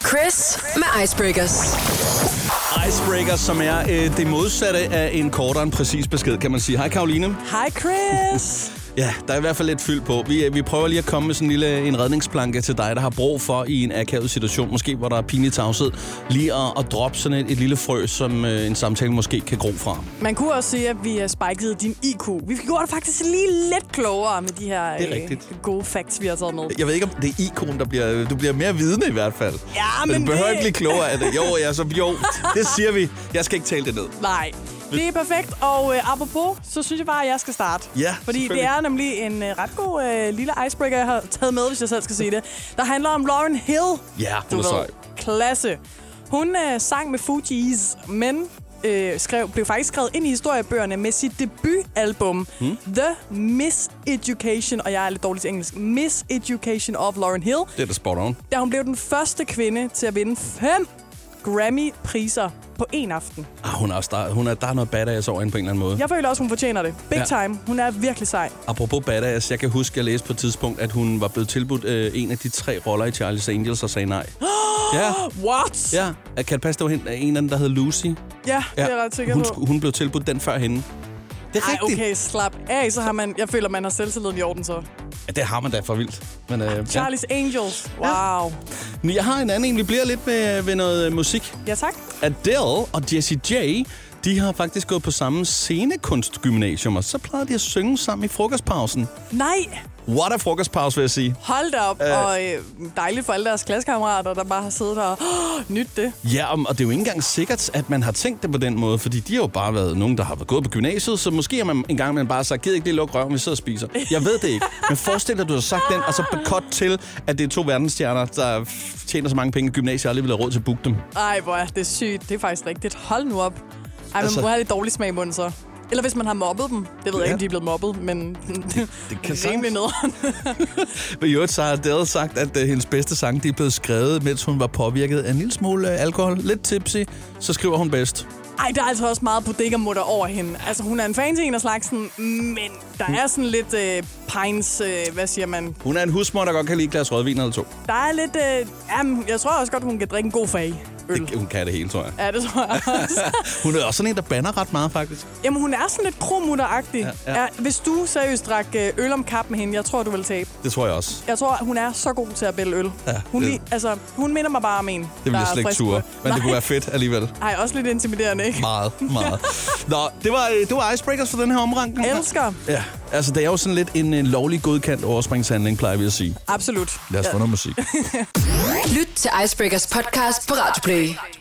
Chris med Icebreakers. Icebreakers, som er det modsatte af en kortere end præcis besked, kan man sige. Hej Karoline. Hej Chris. Ja, der er i hvert fald lidt fyld på. Vi prøver lige at komme med sådan en redningsplanke til dig, der har brug for i en akavet situation, måske hvor der er pinlig tavshed, lige at droppe sådan et lille frø, som en samtale måske kan gro fra. Man kunne også sige, at vi har spiket din IQ. Vi gjorde det faktisk lige lidt klogere med de her gode facts, vi har taget med. Jeg ved ikke, om det er IQ'en, du bliver mere vidende i hvert fald. Ja, men du behøver ikke blive klogere af det. Jo, det siger vi. Jeg skal ikke tale det ned. Nej. Det er perfekt, og apropos, så synes jeg bare, at jeg skal starte. Ja, fordi det er nemlig en ret god lille icebreaker, jeg har taget med, hvis jeg selv skal sige det. Der handler om Lauryn Hill. Ja, hun er sej. Klasse. Hun sang med Fugees, men blev faktisk skrevet ind i historiebøgerne med sit debutalbum, The Miseducation, og jeg er lidt dårlig til engelsk, Miseducation of Lauryn Hill. Det er da spot on. Da hun blev den første kvinde til at vinde 5 Grammy-priser på en aften. Der er noget badass over hende på en eller anden måde. Jeg føler også, hun fortjener det. Big time. Hun er virkelig sej. Apropos badass, jeg kan huske, at jeg læste på et tidspunkt, at hun var blevet tilbudt en af de 3 roller i Charlie's Angels og sagde nej. Ja. What? Ja. Kan det passe, det var en af dem, der hed Lucy? Ja, det er jeg ret sikker på. Hun blev tilbudt den før hende. Det er rigtigt. Okay, slap af, så har man... Jeg føler, man har selvtilliden i orden, så. Ja, det har man da for vildt. Men, Charlie's Angels. Wow. Ja. Jeg har en anden. Vi bliver lidt ved noget musik. Ja, tak. Adele og Jessie J, de har faktisk gået på samme scenekunstgymnasium, og så plejede de at synge sammen i frokostpausen. Nej! What a frokostpause, vil jeg sige. Hold da op, og dejligt for alle deres klassekammerater, der bare har siddet der og nyt det. Ja, og det er jo ikke engang sikkert, at man har tænkt det på den måde, fordi de har jo bare været nogen, der har gået på gymnasiet, så måske har man en gang man bare sagt, gider ikke lige lukke røven, vi sidder og spiser. Jeg ved det ikke, men forestil dig, at du har sagt den, og så bekot til, at det er 2 verdensstjerner, der tjener så mange penge i gymnasiet, og aldrig vil have råd til at booke dem. Ej, hvor er det sygt. Det er faktisk rigtigt. Hold nu op. Ej, man må have lidt dårlig smag i munden så. Eller hvis man har mobbet dem. Det ved jeg ikke, om de er blevet mobbet, men det kan rimelig nederen. Men jo, så har Adele sagt, at hendes bedste sang, de er blevet skrevet, mens hun var påvirket af en lille smule alkohol. Lidt tipsy, så skriver hun bedst. Ej, der er altså også meget bodega-mutter over hende. Altså, hun er en fan til en af slagsen, men der er sådan lidt pines, hvad siger man? Hun er en husmor, der godt kan lide et glas rødvin eller 2. Der er lidt, jeg tror også godt, hun kan drikke en god fag. Hun kan det hele, tror jeg. Ja, det tror jeg også. Hun er også sådan en, der bander ret meget, faktisk. Jamen, hun er sådan lidt kromutteragtig. Ja. Hvis du seriøst drak øl om kap med hende, jeg tror, du vil tabe. Det tror jeg også. Jeg tror, hun er så god til at bælge øl. Ja, hun minder mig bare om en, det vil jeg slet ikke ture, men det kunne være fedt alligevel. Ej, også lidt intimiderende, ikke? Meget. Nå, det var Icebreakers for den her omgang. Elsker. Ja, altså det er jo sådan lidt en lovlig godkendt overspringshandling, plejer vi at sige. Absolut. Lad os få noget musik. Lyt til Icebreakers podcast på Radio Play.